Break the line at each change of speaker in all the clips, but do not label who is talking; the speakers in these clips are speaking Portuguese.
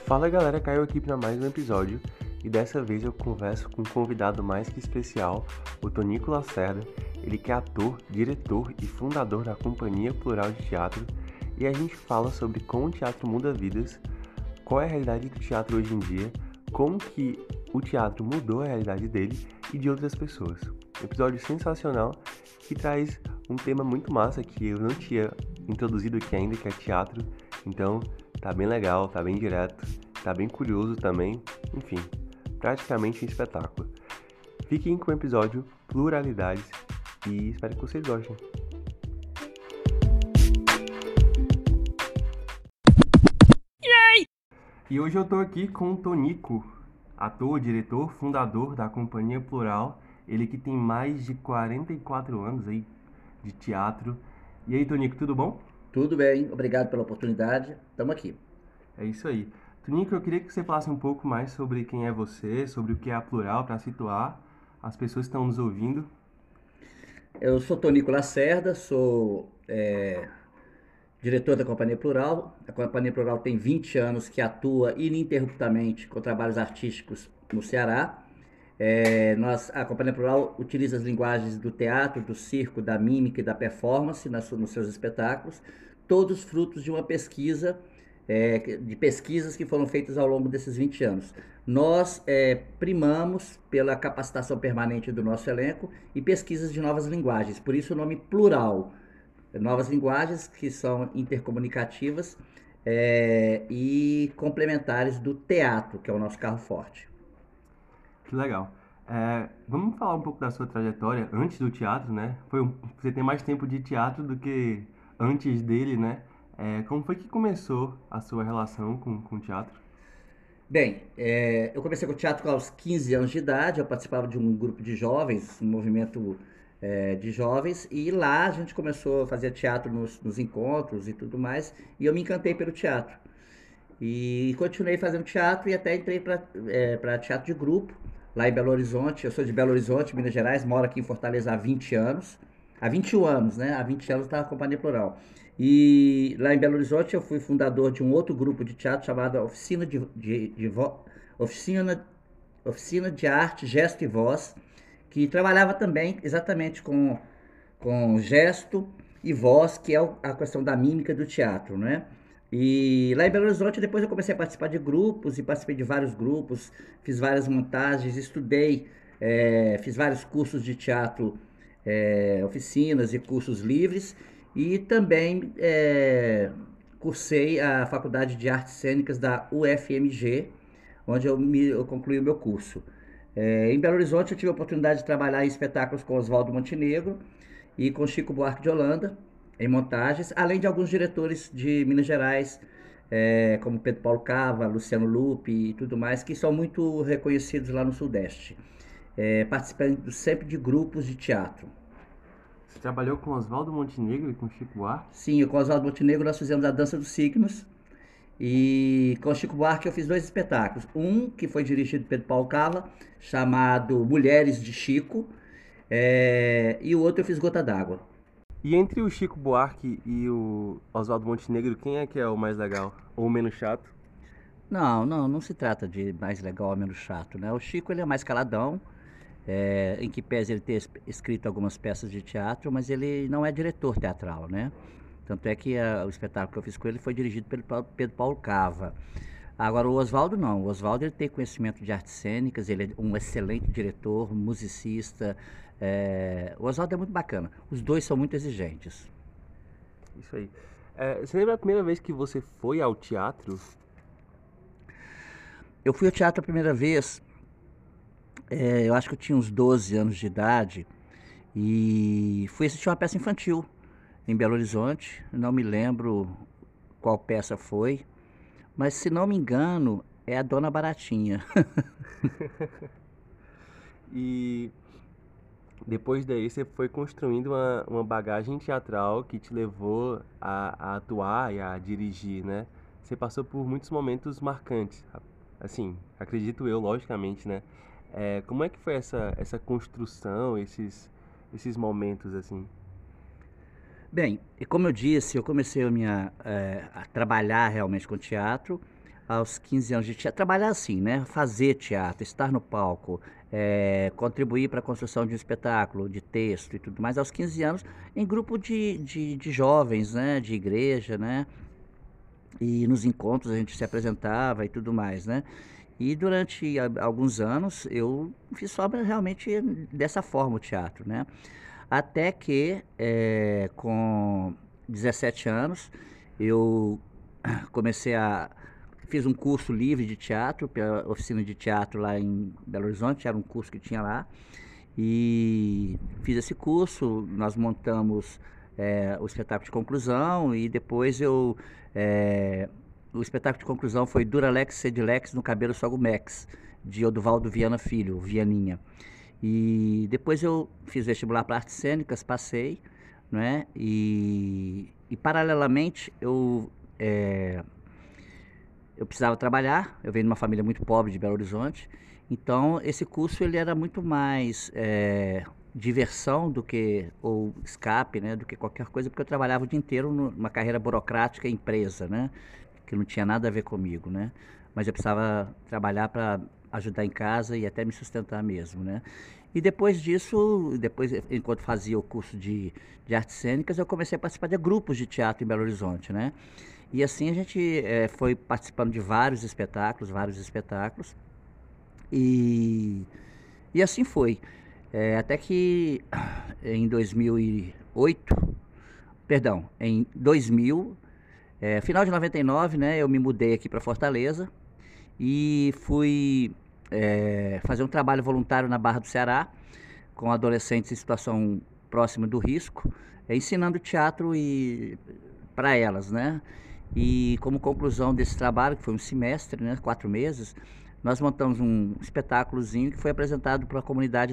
Fala galera, Caio aqui para mais um episódio e dessa vez eu converso com um convidado mais que especial, o Tonico Lacerda. Ele que é ator, diretor e fundador da Companhia Plural de Teatro, e a gente fala sobre como o teatro muda vidas, qual é a realidade do teatro hoje em dia, como que o teatro mudou a realidade dele e de outras pessoas. Um episódio sensacional que traz um tema muito massa que eu não tinha introduzido aqui ainda, que é teatro. Então tá bem legal, tá bem direto, tá bem curioso também, enfim, praticamente um espetáculo. Fiquem com o episódio Pluralidades e espero que vocês gostem. E hoje eu tô aqui com o Tonico, ator, diretor, fundador da Companhia Plural, ele que tem mais de 44 anos aí de teatro. E aí, Tonico, tudo bom?
Tudo bem, obrigado pela oportunidade, estamos aqui.
É isso aí. Tonico, eu queria que você falasse um pouco mais sobre quem é você, sobre o que é a Plural, para situar as pessoas que estão nos ouvindo.
Eu sou Tonico Lacerda, sou diretor da Companhia Plural. A Companhia Plural tem 20 anos que atua ininterruptamente com trabalhos artísticos no Ceará. A Companhia Plural utiliza as linguagens do teatro, do circo, da mímica e da performance nos seus espetáculos, todos frutos de uma pesquisa, de pesquisas que foram feitas ao longo desses 20 anos. Nós primamos pela capacitação permanente do nosso elenco e pesquisas de novas linguagens, por isso o nome plural. Novas linguagens que são intercomunicativas e complementares do teatro, que é o nosso carro forte.
Que legal. Vamos falar um pouco da sua trajetória antes do teatro, né? Você tem mais tempo de teatro do que antes dele, né? Como foi que começou a sua relação com o teatro?
Bem, eu comecei com teatro aos 15 anos de idade, eu participava de um grupo de jovens, um movimento de jovens, e lá a gente começou a fazer teatro nos encontros e tudo mais, e eu me encantei pelo teatro. E continuei fazendo teatro e até entrei para teatro de grupo, lá em Belo Horizonte. Eu sou de Belo Horizonte, Minas Gerais, moro aqui em Fortaleza há 20 anos. Há 21 anos, né? Há 20 anos estava a Companhia Plural. E lá em Belo Horizonte eu fui fundador de um outro grupo de teatro chamado Oficina, Oficina de Arte, Gesto e Voz, que trabalhava também exatamente com gesto e voz, que é a questão da mímica do teatro, né? E lá em Belo Horizonte, depois eu comecei a participar de grupos e participei de vários grupos, fiz várias montagens, estudei, fiz vários cursos de teatro, oficinas e cursos livres, e também cursei a Faculdade de Artes Cênicas da UFMG, onde eu concluí o meu curso. Em Belo Horizonte eu tive a oportunidade de trabalhar em espetáculos com Oswaldo Montenegro e com Chico Buarque de Holanda, em montagens, além de alguns diretores de Minas Gerais, como Pedro Paulo Cava, Luciano Lupe e tudo mais, que são muito reconhecidos lá no Sudeste, participando sempre de grupos de teatro.
Você trabalhou com Oswaldo Montenegro e com Chico Buarque?
Sim, com Oswaldo Montenegro nós fizemos a Dança dos Signos, e com Chico Buarque eu fiz dois espetáculos. Um que foi dirigido por Pedro Paulo Cava, chamado Mulheres de Chico, e o outro eu fiz Gota d'Água.
E entre o Chico Buarque e o Oswaldo Montenegro, quem é que é o mais legal? Ou o menos chato?
Não se trata de mais legal ou menos chato, né? O Chico ele é mais caladão, em que pese ele ter escrito algumas peças de teatro, mas ele não é diretor teatral, né? Tanto é que o espetáculo que eu fiz com ele foi dirigido pelo Pedro Paulo Cava. Agora o Oswaldo não, o Oswaldo ele tem conhecimento de artes cênicas, ele é um excelente diretor, musicista. O Oswaldo é muito bacana, os dois são muito exigentes.
Isso aí. Você lembra a primeira vez que você foi ao teatro?
Eu fui ao teatro a primeira vez, eu acho que eu tinha uns 12 anos de idade, e fui assistir uma peça infantil em Belo Horizonte. Não me lembro qual peça foi, mas se não me engano é a Dona Baratinha.
E depois daí você foi construindo uma bagagem teatral que te levou a atuar e a dirigir, né? Você passou por muitos momentos marcantes, assim, acredito eu, logicamente, né? Como é que foi essa construção, esses momentos, assim?
Bem, e como eu disse, eu comecei a trabalhar realmente com teatro aos 15 anos de teatro, trabalhar assim, né? Fazer teatro, estar no palco, contribuir para a construção de um espetáculo, de texto e tudo mais, aos 15 anos, em grupo de jovens, né? De igreja, né? E nos encontros a gente se apresentava e tudo mais, né? E durante alguns anos eu fiz só realmente dessa forma o teatro, né? Até que com 17 anos eu comecei a fiz um curso livre de teatro pela oficina de teatro lá em Belo Horizonte, era um curso que tinha lá. E fiz esse curso, nós montamos o espetáculo de conclusão e depois eh, o espetáculo de conclusão foi Duralex Sedilex no Cabelo Sogumex, de Oduvaldo Viana Filho, Vianinha. E depois eu fiz vestibular para artes cênicas, passei, né? E paralelamente eu precisava trabalhar, eu venho de uma família muito pobre de Belo Horizonte, então esse curso ele era muito mais diversão do que, ou escape, né, do que qualquer coisa, porque eu trabalhava o dia inteiro numa carreira burocrática, empresa, né, que não tinha nada a ver comigo, né, mas eu precisava trabalhar para ajudar em casa e até me sustentar mesmo, né. E depois disso, enquanto fazia o curso de artes cênicas, eu comecei a participar de grupos de teatro em Belo Horizonte, né. E assim a gente foi participando de vários espetáculos, e, e assim foi. Até que em 2008, perdão, em 2000, final de 99, né, eu me mudei aqui para Fortaleza e fui fazer um trabalho voluntário na Barra do Ceará com adolescentes em situação próxima do risco, ensinando teatro para elas, né? E como conclusão desse trabalho, que foi um semestre, né, 4 meses, nós montamos um espetáculozinho que foi apresentado para a comunidade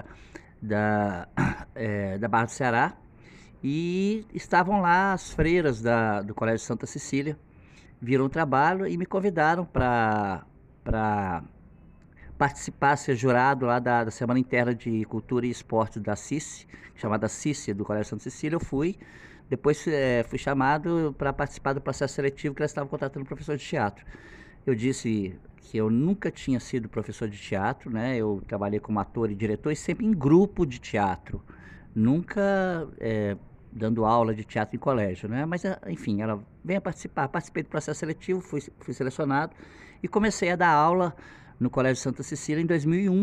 da Barra do Ceará. E estavam lá as freiras do Colégio Santa Cecília, viram o trabalho e me convidaram para participar, ser jurado lá da Semana Interna de Cultura e Esportes da CICE, chamada CICE, do Colégio Santa Cecília. Eu fui. Depois fui chamado para participar do processo seletivo que elas estavam contratando professor de teatro. Eu disse que eu nunca tinha sido professor de teatro, né? Eu trabalhei como ator e diretor e sempre em grupo de teatro. Nunca dando aula de teatro em colégio, né? Mas, enfim, ela venha participar. Participei do processo seletivo, fui selecionado e comecei a dar aula no Colégio Santa Cecília em 2001.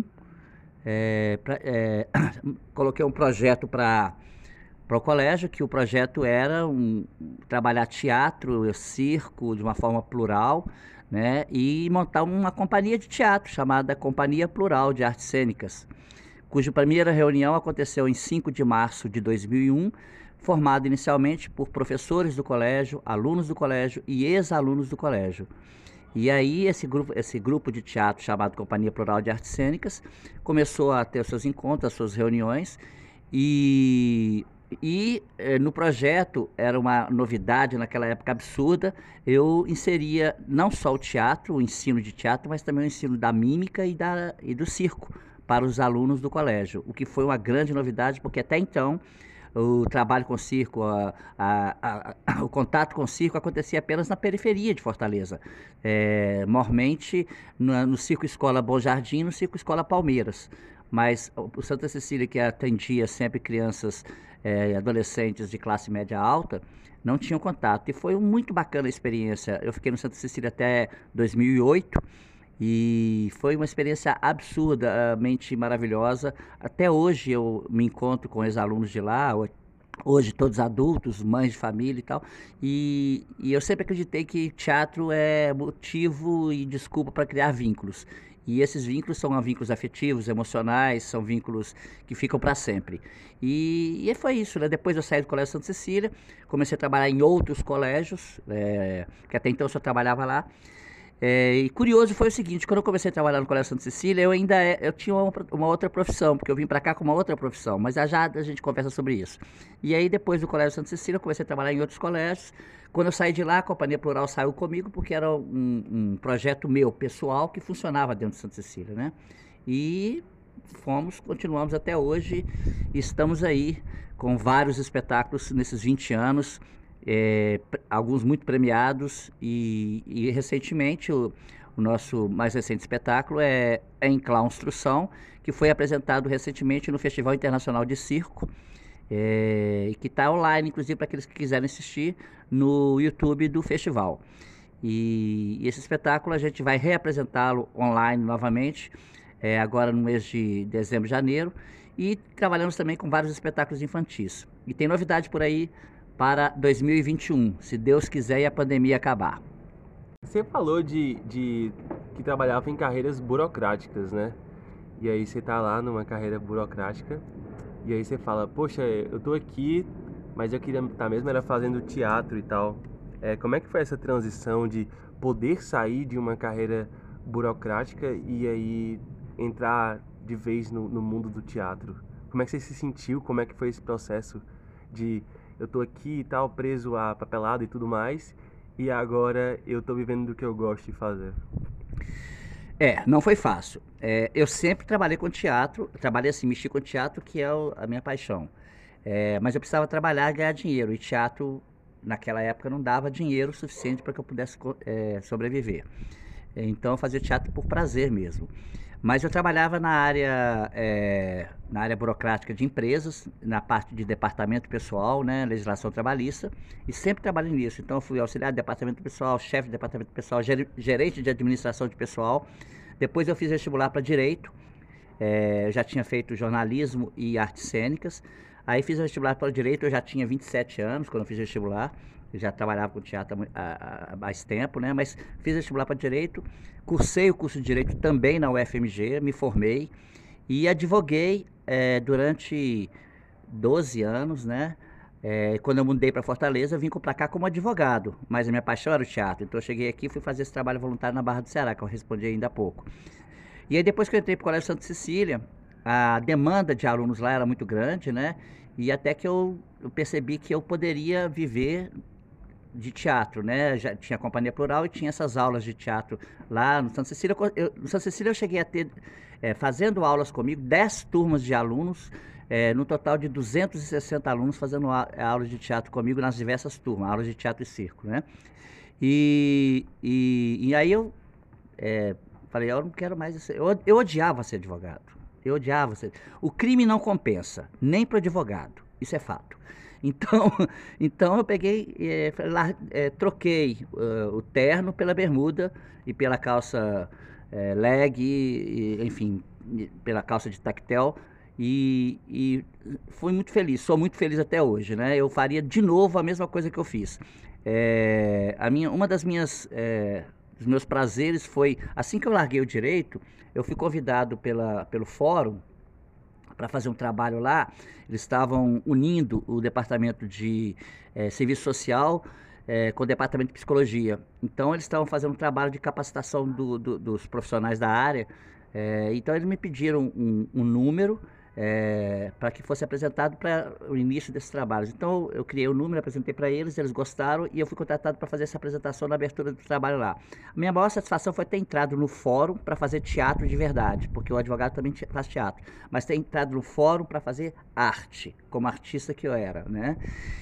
Coloquei um projeto para o colégio, que o projeto era trabalhar teatro, circo, de uma forma plural, né? E montar uma companhia de teatro chamada Companhia Plural de Artes Cênicas, cuja primeira reunião aconteceu em 5 de março de 2001, formado inicialmente por professores do colégio, alunos do colégio e ex-alunos do colégio. E aí esse grupo de teatro chamado Companhia Plural de Artes Cênicas começou a ter os seus encontros, as suas reuniões, e no projeto, era uma novidade naquela época absurda, eu inseria não só o teatro, o ensino de teatro, mas também o ensino da mímica e do circo para os alunos do colégio, o que foi uma grande novidade, porque até então o trabalho com circo, o contato com o circo acontecia apenas na periferia de Fortaleza, mormente no Circo Escola Bom Jardim e no Circo Escola Palmeiras. Mas o Santa Cecília, que atendia sempre crianças e adolescentes de classe média alta, não tinham contato. E foi muito bacana a experiência. Eu fiquei no Santa Cecília até 2008 e foi uma experiência absurdamente maravilhosa. Até hoje eu me encontro com ex-alunos de lá, hoje todos adultos, mães de família e tal, e eu sempre acreditei que teatro é motivo e desculpa para criar vínculos. E esses vínculos são vínculos afetivos, emocionais, são vínculos que ficam para sempre. E foi isso, né? Depois eu saí do Colégio Santa Cecília, comecei a trabalhar em outros colégios, que até então eu só trabalhava lá. E curioso foi o seguinte, quando eu comecei a trabalhar no Colégio Santa Cecília, eu tinha uma outra profissão, porque eu vim para cá com uma outra profissão, mas já a gente conversa sobre isso. E aí depois do Colégio Santa Cecília, eu comecei a trabalhar em outros colégios. Quando eu saí de lá, a Companhia Plural saiu comigo, porque era um projeto meu, pessoal, que funcionava dentro de Santa Cecília, né? E continuamos até hoje, e estamos aí com vários espetáculos nesses 20 anos, alguns muito premiados, e recentemente o nosso mais recente espetáculo é Em Claustrução, que foi apresentado recentemente no Festival Internacional de Circo, e que está online, inclusive, para aqueles que quiserem assistir no YouTube do festival. E esse espetáculo a gente vai reapresentá-lo online novamente, agora no mês de dezembro e janeiro, e trabalhamos também com vários espetáculos infantis. E tem novidade por aí para 2021, se Deus quiser e a pandemia acabar.
Você falou de que trabalhava em carreiras burocráticas, né? E aí você tá lá numa carreira burocrática, e aí você fala, poxa, eu tô aqui, mas eu queria estar mesmo era fazendo teatro e tal. Como é que foi essa transição de poder sair de uma carreira burocrática e aí entrar de vez no mundo do teatro? Como é que você se sentiu? Como é que foi esse processo de eu tô aqui e tal, preso a papelada e tudo mais, e agora eu tô vivendo do que eu gosto de fazer?
Não foi fácil. Eu sempre trabalhei com teatro, trabalhei assim, mexi com teatro, que é a minha paixão. Mas eu precisava trabalhar e ganhar dinheiro, e teatro naquela época não dava dinheiro suficiente para que eu pudesse sobreviver. Então eu fazia teatro por prazer mesmo. Mas eu trabalhava na área burocrática de empresas, na parte de departamento pessoal, né, legislação trabalhista, e sempre trabalhei nisso. Então eu fui auxiliar de departamento pessoal, chefe de departamento pessoal, gerente de administração de pessoal. Depois eu fiz vestibular para direito. Eu já tinha feito jornalismo e artes cênicas. Aí fiz vestibular para direito, eu já tinha 27 anos quando eu fiz vestibular. Eu já trabalhava com teatro há mais tempo, né? Mas fiz vestibular para direito, cursei o curso de direito também na UFMG, me formei e advoguei durante 12 anos, né? Quando eu mudei para Fortaleza, eu vim para cá como advogado, mas a minha paixão era o teatro. Então eu cheguei aqui e fui fazer esse trabalho voluntário na Barra do Ceará, que eu respondi ainda há pouco. E aí depois que eu entrei para o Colégio Santa Cecília, a demanda de alunos lá era muito grande, né? E até que eu percebi que eu poderia viver de teatro, né? Já tinha a Companhia Plural e tinha essas aulas de teatro lá no Santa Cecília. No Santa Cecília eu cheguei a ter, fazendo aulas comigo, 10 turmas de alunos, no total de 260 alunos fazendo aulas de teatro comigo nas diversas turmas, aulas de teatro e circo, né? E aí eu falei, eu não quero mais isso. Eu odiava ser advogado. Eu odiava ser. O crime não compensa, nem para o advogado. Isso é fato. Então, então eu peguei, troquei o terno pela bermuda e pela calça leg, enfim, pela calça de tactel, e fui muito feliz. Sou muito feliz até hoje, né? Eu faria de novo a mesma coisa que eu fiz. Uma das minhas dos meus prazeres foi, assim que eu larguei o direito, eu fui convidado pelo fórum para fazer um trabalho lá. Eles estavam unindo o departamento de serviço social com o departamento de psicologia. Então eles estavam fazendo um trabalho de capacitação dos profissionais da área. Então eles me pediram um número para que fosse apresentado para o início desses trabalhos. Então eu criei o número, apresentei para eles, eles gostaram e eu fui contratado para fazer essa apresentação na abertura do trabalho lá. A minha maior satisfação foi ter entrado no fórum para fazer teatro de verdade, porque o advogado também faz teatro, mas ter entrado no fórum para fazer arte, como artista que eu era, né?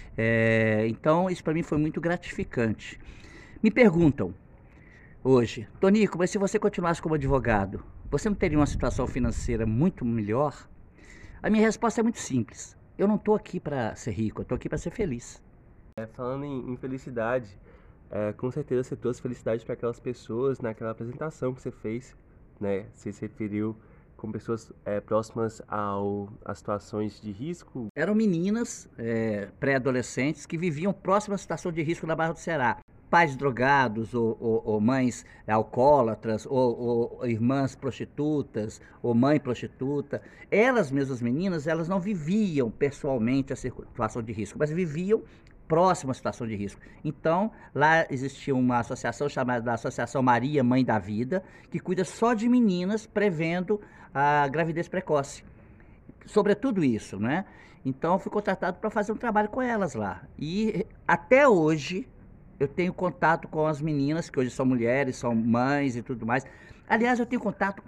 Então isso para mim foi muito gratificante. Me perguntam hoje, Tonico, mas se você continuasse como advogado, você não teria uma situação financeira muito melhor? A minha resposta é muito simples. Eu não estou aqui para ser rico, eu estou aqui para ser feliz.
Falando em felicidade, com certeza você trouxe felicidade para aquelas pessoas naquela apresentação que você fez, né? Você se referiu com pessoas próximas a situações de risco.
Eram meninas pré-adolescentes que viviam próximas à situação de risco na Barra do Ceará. Pais drogados, ou mães alcoólatras, ou irmãs prostitutas, ou mãe prostituta. Elas mesmas meninas, elas não viviam pessoalmente a situação de risco, mas viviam próximo à situação de risco. Então, lá existia uma associação chamada Associação Maria Mãe da Vida, que cuida só de meninas, prevendo a gravidez precoce. Sobretudo isso, né? Então, eu fui contratado para fazer um trabalho com elas lá. E até hoje eu tenho contato com as meninas, que hoje são mulheres, são mães e tudo mais. Aliás, eu tenho contato com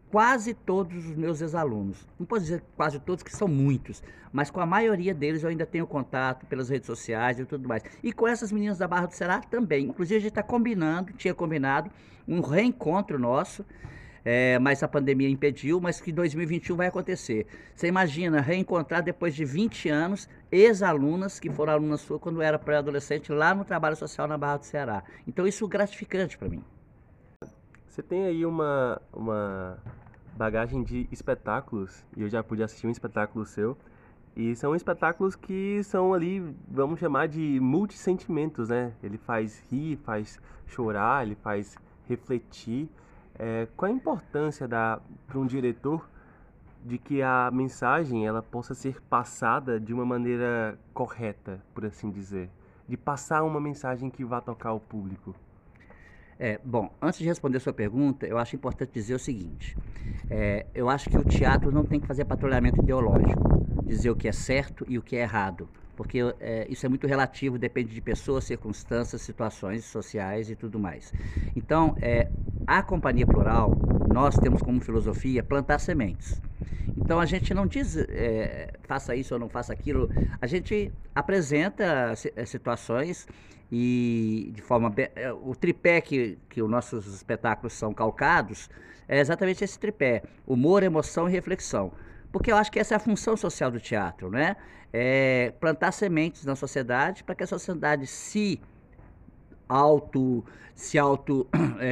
quase todos os meus ex-alunos. Não posso dizer quase todos, que são muitos, mas com a maioria deles eu ainda tenho contato pelas redes sociais e tudo mais. E com essas meninas da Barra do Ceará também. Inclusive a gente tinha combinado um reencontro nosso, mas a pandemia impediu, mas que em 2021 vai acontecer. Você imagina reencontrar depois de 20 anos ex-alunas que foram alunas suas quando eu era pré-adolescente lá no trabalho social na Barra do Ceará. Então isso é gratificante para mim.
Você tem aí uma bagagem de espetáculos, e eu já pude assistir um espetáculo seu, e são espetáculos que são ali, vamos chamar de multissentimentos, né? Ele faz rir, faz chorar, ele faz refletir. Qual a importância para um diretor de que a mensagem ela possa ser passada de uma maneira correta, por assim dizer? De passar uma mensagem que vá tocar o público?
Bom, antes de responder a sua pergunta, eu acho importante dizer o seguinte: eu acho que o teatro não tem que fazer patrulhamento ideológico, dizer o que é certo e o que é errado, porque isso é muito relativo, depende de pessoas, circunstâncias, situações sociais e tudo mais. Então, a Companhia Plural, nós temos como filosofia plantar sementes. Então a gente não diz faça isso ou não faça aquilo, a gente apresenta situações e de forma o tripé que os nossos espetáculos são calcados é exatamente esse tripé: humor, emoção e reflexão. Porque eu acho que essa é a função social do teatro, né? É plantar sementes na sociedade para que a sociedade se auto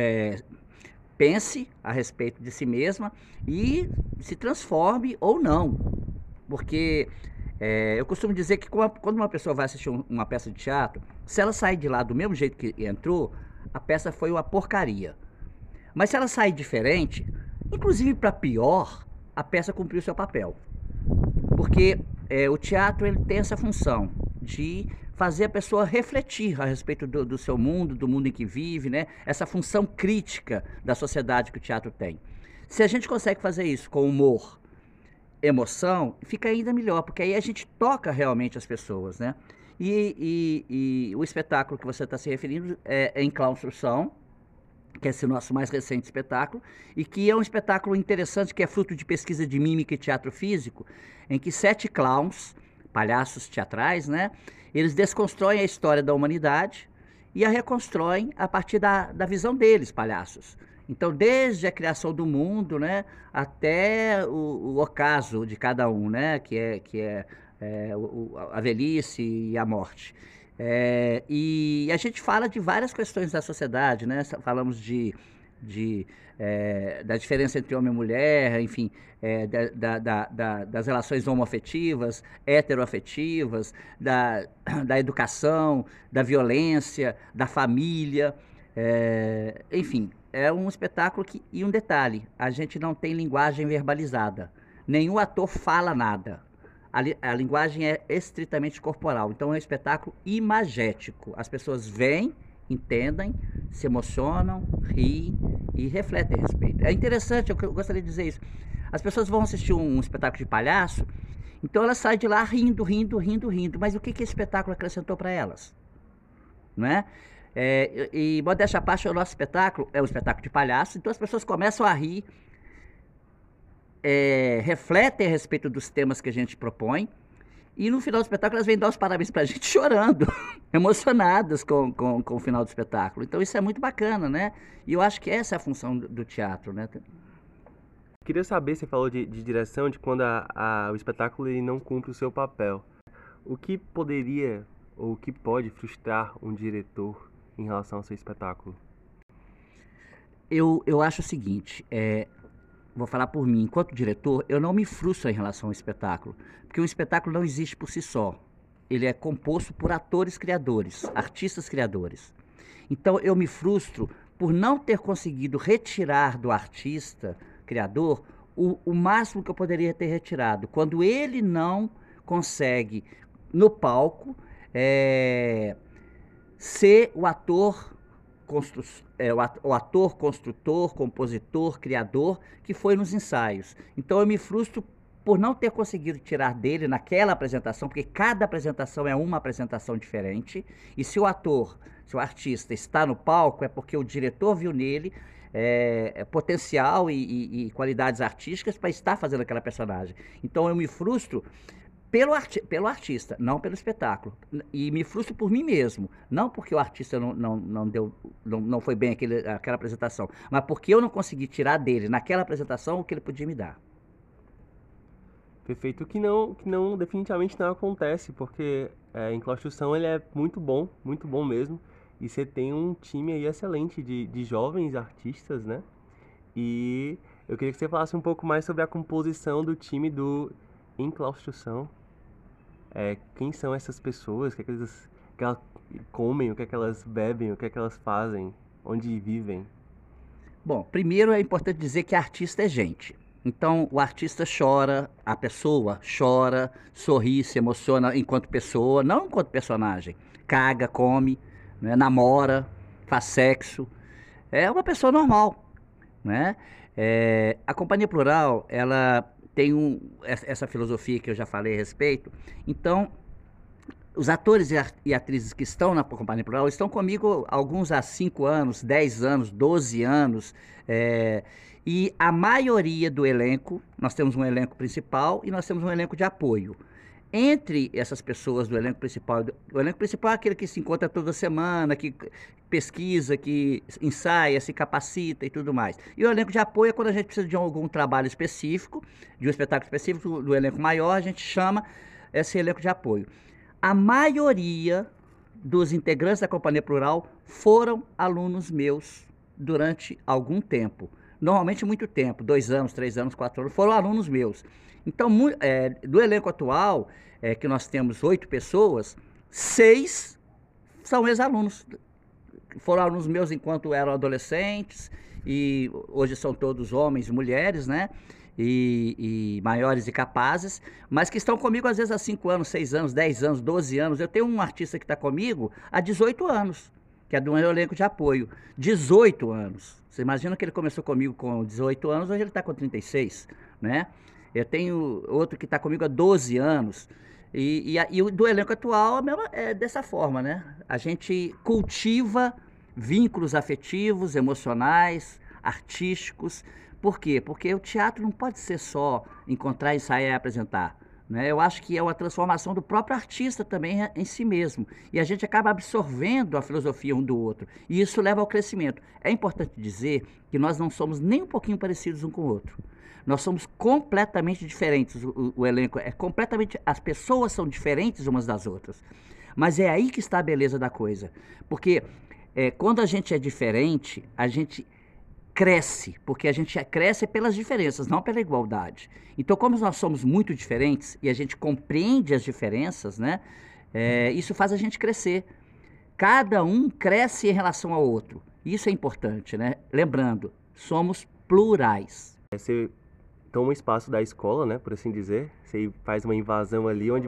pense a respeito de si mesma e se transforme ou não. Porque eu costumo dizer que quando uma pessoa vai assistir uma peça de teatro, se ela sair de lá do mesmo jeito que entrou, a peça foi uma porcaria. Mas se ela sair diferente, inclusive para pior, a peça cumpriu seu papel. Porque o teatro ele tem essa função de fazer a pessoa refletir a respeito do seu mundo, do mundo em que vive, né? Essa função crítica da sociedade que o teatro tem. Se a gente consegue fazer isso com humor, emoção, fica ainda melhor, porque aí a gente toca realmente as pessoas, né? E o espetáculo que você está se referindo é em Clownstrução, que é esse nosso mais recente espetáculo, e que é um espetáculo interessante, que é fruto de pesquisa de mímica e teatro físico, em que 7 clowns, palhaços teatrais, né? Eles desconstroem a história da humanidade e a reconstroem a partir da visão deles, palhaços. Então, desde a criação do mundo, né, até o ocaso de cada um, né, que é a velhice e a morte. E a gente fala de várias questões da sociedade, né? Falamos da diferença entre homem e mulher, enfim, das relações homoafetivas, heteroafetivas, da educação, da violência, da família, enfim, é um espetáculo e um detalhe: a gente não tem linguagem verbalizada, nenhum ator fala nada. A linguagem é estritamente corporal, então é um espetáculo imagético. As pessoas veem, entendem, se emocionam, riem e refletem a respeito. É interessante, eu gostaria de dizer isso. As pessoas vão assistir um espetáculo de palhaço, então elas saem de lá rindo, mas o que esse espetáculo acrescentou para elas? Não é? E modéstia à parte, o nosso espetáculo é um espetáculo de palhaço, então as pessoas começam a rir, refletem a respeito dos temas que a gente propõe, e no final do espetáculo elas vêm dar os parabéns pra gente chorando, emocionadas com o final do espetáculo. Então isso é muito bacana, né? E eu acho que essa é a função do teatro, né?
Queria saber, você falou de direção, de quando o espetáculo ele não cumpre o seu papel. O que poderia ou o que pode frustrar um diretor em relação ao seu espetáculo?
Eu acho o seguinte, vou falar por mim, enquanto diretor, eu não me frustro em relação ao espetáculo, porque o espetáculo não existe por si só. Ele é composto por atores criadores, artistas criadores. Então eu me frustro por não ter conseguido retirar do artista criador o máximo que eu poderia ter retirado. Quando ele não consegue, no palco, ser o ator o ator, construtor, compositor, criador que foi nos ensaios. Então eu me frustro por não ter conseguido tirar dele naquela apresentação, porque cada apresentação é uma apresentação diferente, e se o artista está no palco é porque o diretor viu nele potencial e qualidades artísticas para estar fazendo aquela personagem. Então eu me frustro pelo artista, não pelo espetáculo. E me frustro por mim mesmo. Não porque o artista não foi bem aquela apresentação, mas porque eu não consegui tirar dele, naquela apresentação, o que ele podia me dar.
Perfeito, que não definitivamente não acontece, porque em construção ele é muito bom mesmo. E você tem um time aí excelente de jovens artistas, né? E eu queria que você falasse um pouco mais sobre a composição do time do Em Construção. Quem são essas pessoas? O que elas comem? O que é que elas bebem? O que é que elas fazem? Onde vivem?
Bom, primeiro é importante dizer que artista é gente. Então, o artista chora, a pessoa chora, sorri, se emociona enquanto pessoa, não enquanto personagem. Caga, come, né, namora, faz sexo. É uma pessoa normal, né? A Companhia Plural, ela tem essa filosofia que eu já falei a respeito. Então, os atores e atrizes que estão na Companhia Plural estão comigo alguns há 5 anos, 10 anos, 12 anos. E a maioria do elenco, nós temos um elenco principal e nós temos um elenco de apoio. Entre essas pessoas do elenco principal, o elenco principal é aquele que se encontra toda semana, que pesquisa, que ensaia, se capacita e tudo mais. E o elenco de apoio é quando a gente precisa de algum trabalho específico, de um espetáculo específico, do elenco maior, a gente chama esse elenco de apoio. A maioria dos integrantes da Companhia Plural foram alunos meus durante algum tempo. Normalmente muito tempo, 2 anos, 3 anos, 4 anos, foram alunos meus. Então, do elenco atual, que nós temos 8 pessoas, 6 são ex-alunos. Foram alunos meus enquanto eram adolescentes, e hoje são todos homens e mulheres, né? E maiores e capazes, mas que estão comigo às vezes há 5 anos, 6 anos, 10 anos, 12 anos. Eu tenho um artista que está comigo há 18 anos, que é do meu elenco de apoio. 18 anos. Você imagina que ele começou comigo com 18 anos, hoje ele está com 36, né? Eu tenho outro que está comigo há 12 anos. E o do elenco atual é dessa forma, né? A gente cultiva vínculos afetivos, emocionais, artísticos. Por quê? Porque o teatro não pode ser só encontrar, ensaiar e apresentar, né? Eu acho que é uma transformação do próprio artista também em si mesmo. E a gente acaba absorvendo a filosofia um do outro. E isso leva ao crescimento. É importante dizer que nós não somos nem um pouquinho parecidos um com o outro. Nós somos completamente diferentes. O elenco é completamente... As pessoas são diferentes umas das outras. Mas é aí que está a beleza da coisa. Porque quando a gente é diferente, a gente cresce, porque a gente cresce pelas diferenças, não pela igualdade. Então, como nós somos muito diferentes e a gente compreende as diferenças, né? Isso faz a gente crescer. Cada um cresce em relação ao outro. Isso é importante, né? Lembrando, somos plurais.
Você toma um espaço da escola, né, por assim dizer. Você faz uma invasão ali onde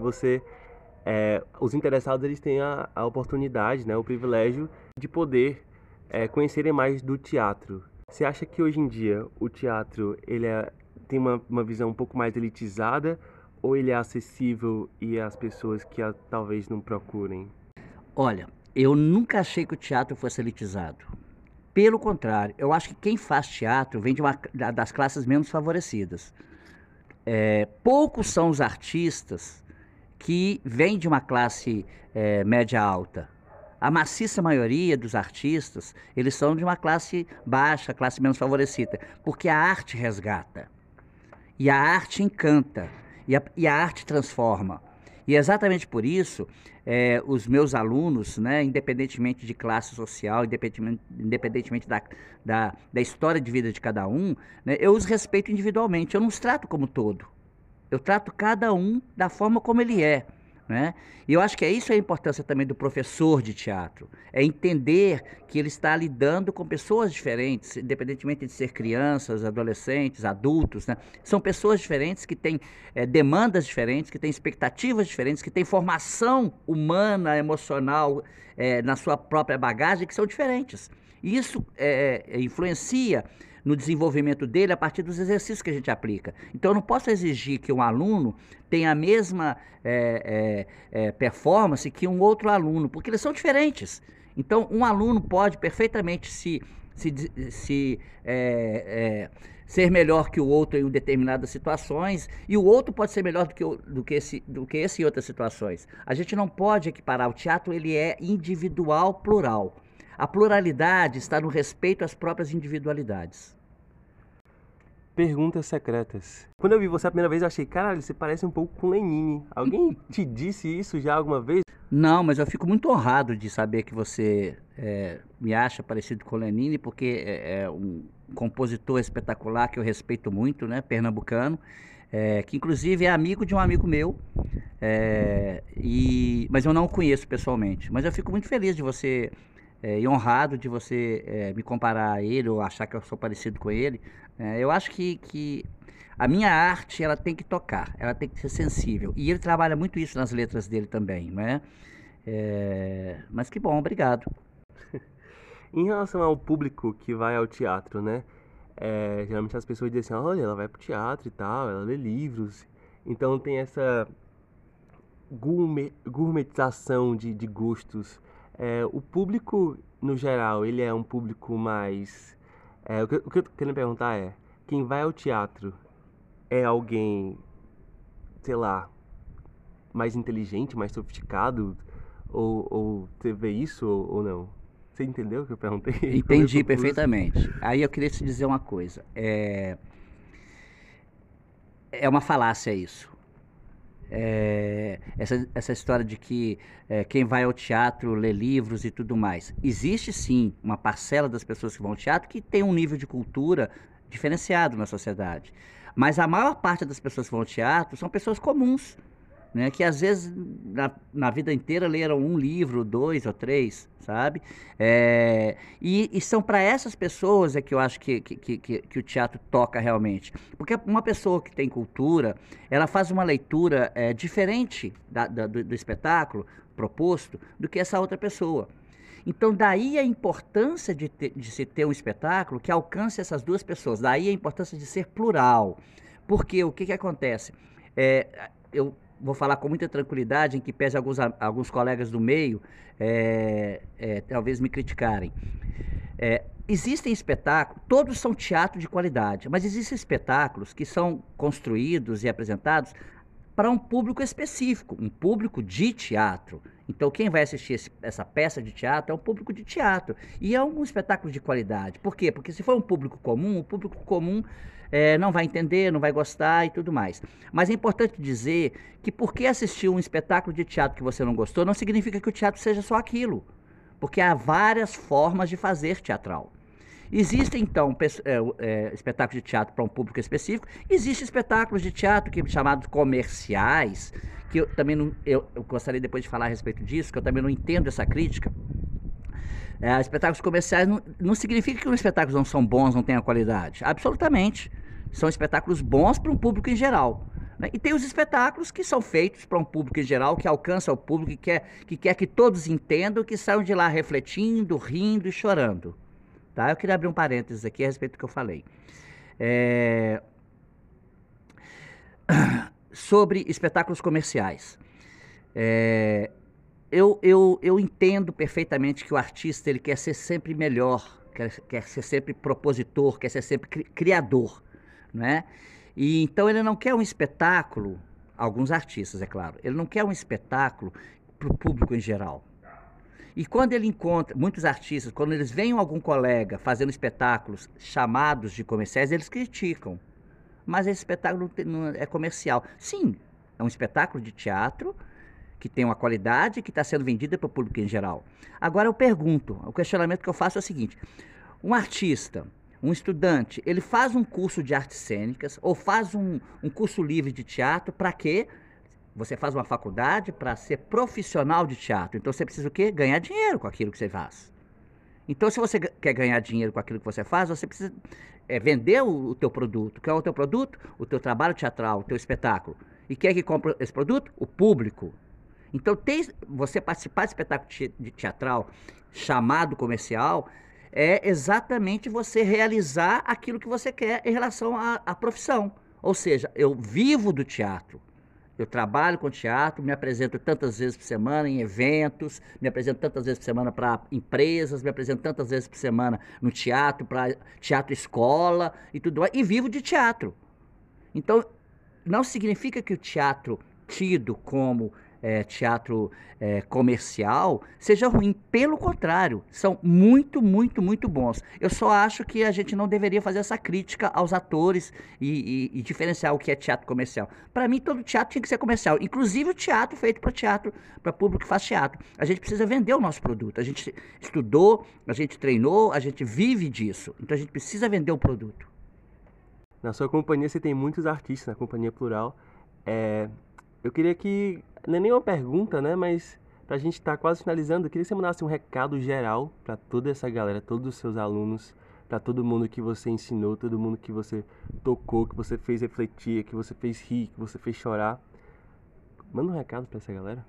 os interessados eles têm a oportunidade, né, o privilégio de poder conhecerem mais do teatro. Você acha que hoje em dia o teatro tem uma visão um pouco mais elitizada, ou ele é acessível e as pessoas que talvez não procurem?
Olha, eu nunca achei que o teatro fosse elitizado. Pelo contrário, eu acho que quem faz teatro vem das classes menos favorecidas. Poucos são os artistas que vêm de uma classe média alta. A maciça maioria dos artistas, eles são de uma classe baixa, classe menos favorecida, porque a arte resgata, e a arte encanta, e a arte transforma. E exatamente por isso, os meus alunos, né, independentemente de classe social, independentemente da história de vida de cada um, né, eu os respeito individualmente, eu não os trato como todo. Eu trato cada um da forma como ele é, né? E eu acho que isso é a importância também do professor de teatro, é entender que ele está lidando com pessoas diferentes, independentemente de ser crianças, adolescentes, adultos, né? São pessoas diferentes que têm demandas diferentes, que têm expectativas diferentes, que têm formação humana, emocional na sua própria bagagem, que são diferentes. E isso influencia no desenvolvimento dele a partir dos exercícios que a gente aplica. Então eu não posso exigir que um aluno tenha a mesma performance que um outro aluno, porque eles são diferentes. Então um aluno pode perfeitamente se ser melhor que o outro em determinadas situações, e o outro pode ser melhor do que esse em outras situações. A gente não pode equiparar. O teatro, ele é individual, plural. A pluralidade está no respeito às próprias individualidades.
Perguntas secretas. Quando eu vi você a primeira vez, eu achei, caralho, você parece um pouco com Lenine. Alguém te disse isso já alguma vez?
Não, mas eu fico muito honrado de saber que você me acha parecido com Lenine, porque é um compositor espetacular que eu respeito muito, né, pernambucano, que inclusive é amigo de um amigo meu, mas eu não o conheço pessoalmente. Mas eu fico muito feliz de você, e honrado de você me comparar a ele ou achar que eu sou parecido com ele. Eu acho que a minha arte, ela tem que tocar, ela tem que ser sensível. E ele trabalha muito isso nas letras dele também, não é? Mas que bom, obrigado.
Em relação ao público que vai ao teatro, né? Geralmente as pessoas dizem assim, olha, ela vai pro teatro e tal, ela lê livros. Então tem essa gourmetização de gostos. O público, no geral, ele é um público mais... o que eu tô querendo perguntar é, quem vai ao teatro é alguém, sei lá, mais inteligente, mais sofisticado? Ou você vê isso ou não? Você entendeu o que eu perguntei?
Entendi perfeitamente. Aí eu queria te dizer uma coisa. É uma falácia isso. Essa história de que quem vai ao teatro lê livros e tudo mais. Existe sim uma parcela das pessoas que vão ao teatro que tem um nível de cultura diferenciado na sociedade. Mas a maior parte das pessoas que vão ao teatro são pessoas comuns, né, que às vezes na vida inteira leram um livro, 2 ou 3, sabe? E são para essas pessoas que eu acho que o teatro toca realmente. Porque uma pessoa que tem cultura, ela faz uma leitura diferente do espetáculo proposto do que essa outra pessoa. Então, daí a importância de se ter um espetáculo que alcance essas duas pessoas. Daí a importância de ser plural. Porque o que acontece? Eu vou falar com muita tranquilidade, em que pese alguns colegas do meio talvez me criticarem. Existem espetáculos, todos são teatro de qualidade, mas existem espetáculos que são construídos e apresentados para um público específico, um público de teatro. Então, quem vai assistir essa peça de teatro é um público de teatro. E é um espetáculo de qualidade. Por quê? Porque se for um público comum, o público comum não vai entender, não vai gostar e tudo mais. Mas é importante dizer que porque assistir um espetáculo de teatro que você não gostou, não significa que o teatro seja só aquilo. Porque há várias formas de fazer teatral. Existem, então, espetáculos de teatro para um público específico. Existem espetáculos de teatro chamados comerciais, que eu também não... Eu gostaria depois de falar a respeito disso, que eu também não entendo essa crítica. Espetáculos comerciais não significa que os espetáculos não são bons, não tenham qualidade. Absolutamente. São espetáculos bons para um público em geral. Né? E tem os espetáculos que são feitos para um público em geral, que alcança o público, que quer que todos entendam, que saiam de lá refletindo, rindo e chorando. Tá? Eu queria abrir um parênteses aqui a respeito do que eu falei. Sobre espetáculos comerciais. Eu entendo perfeitamente que o artista ele quer ser sempre melhor, quer ser sempre propositor, quer ser sempre criador, né? E então ele não quer um espetáculo, alguns artistas, é claro, ele não quer um espetáculo para o público em geral. E quando ele encontra, muitos artistas, quando eles veem algum colega fazendo espetáculos chamados de comerciais, eles criticam. Mas esse espetáculo não é comercial. Sim, é um espetáculo de teatro que tem uma qualidade que está sendo vendida para o público em geral. Agora eu pergunto, o questionamento que eu faço é o seguinte: um artista, um estudante, ele faz um curso de artes cênicas ou faz um curso livre de teatro para quê? Você faz uma faculdade para ser profissional de teatro. Então você precisa o quê? Ganhar dinheiro com aquilo que você faz. Então se você quer ganhar dinheiro com aquilo que você faz, você precisa vender o teu produto. Qual é o teu produto? O teu trabalho teatral, o teu espetáculo. E quem é que compra esse produto? O público. Então você participar de espetáculo teatral chamado comercial é exatamente você realizar aquilo que você quer em relação à profissão. Ou seja, eu vivo do teatro. Eu trabalho com teatro, me apresento tantas vezes por semana em eventos, me apresento tantas vezes por semana para empresas, me apresento tantas vezes por semana no teatro, para teatro escola e tudo mais, e vivo de teatro. Então, não significa que o teatro tido como teatro comercial seja ruim. Pelo contrário, são muito, muito, muito bons. Eu só acho que a gente não deveria fazer essa crítica aos atores e diferenciar o que é teatro comercial. Para mim, todo teatro tinha que ser comercial, inclusive o teatro feito para teatro, para público que faz teatro. A gente precisa vender o nosso produto. A gente estudou, a gente treinou, a gente vive disso. Então a gente precisa vender o produto.
Na sua companhia você tem muitos artistas, na Companhia Plural. Eu queria que, não é nem uma pergunta, né, mas pra gente estar quase finalizando, eu queria que você mandasse um recado geral para toda essa galera, todos os seus alunos, para todo mundo que você ensinou, todo mundo que você tocou, que você fez refletir, que você fez rir, que você fez chorar. Manda um recado para essa galera.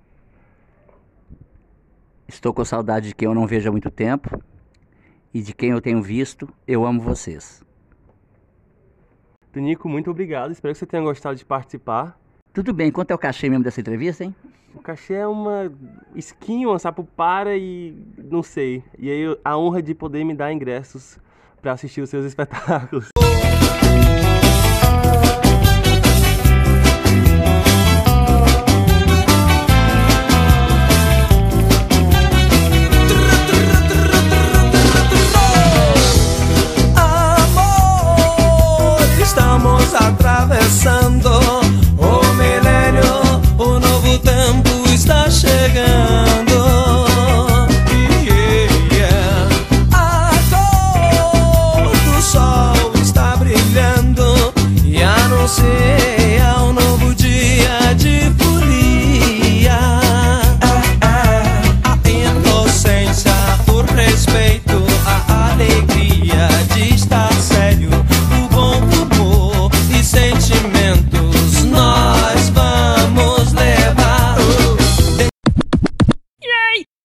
Estou com saudade de quem eu não vejo há muito tempo e de quem eu tenho visto. Eu amo vocês.
Tonico, muito obrigado. Espero que você tenha gostado de participar.
Tudo bem, quanto é o cachê mesmo dessa entrevista, hein?
O cachê é uma skin, uma Sapupara e não sei. E aí a honra de poder me dar ingressos para assistir os seus espetáculos.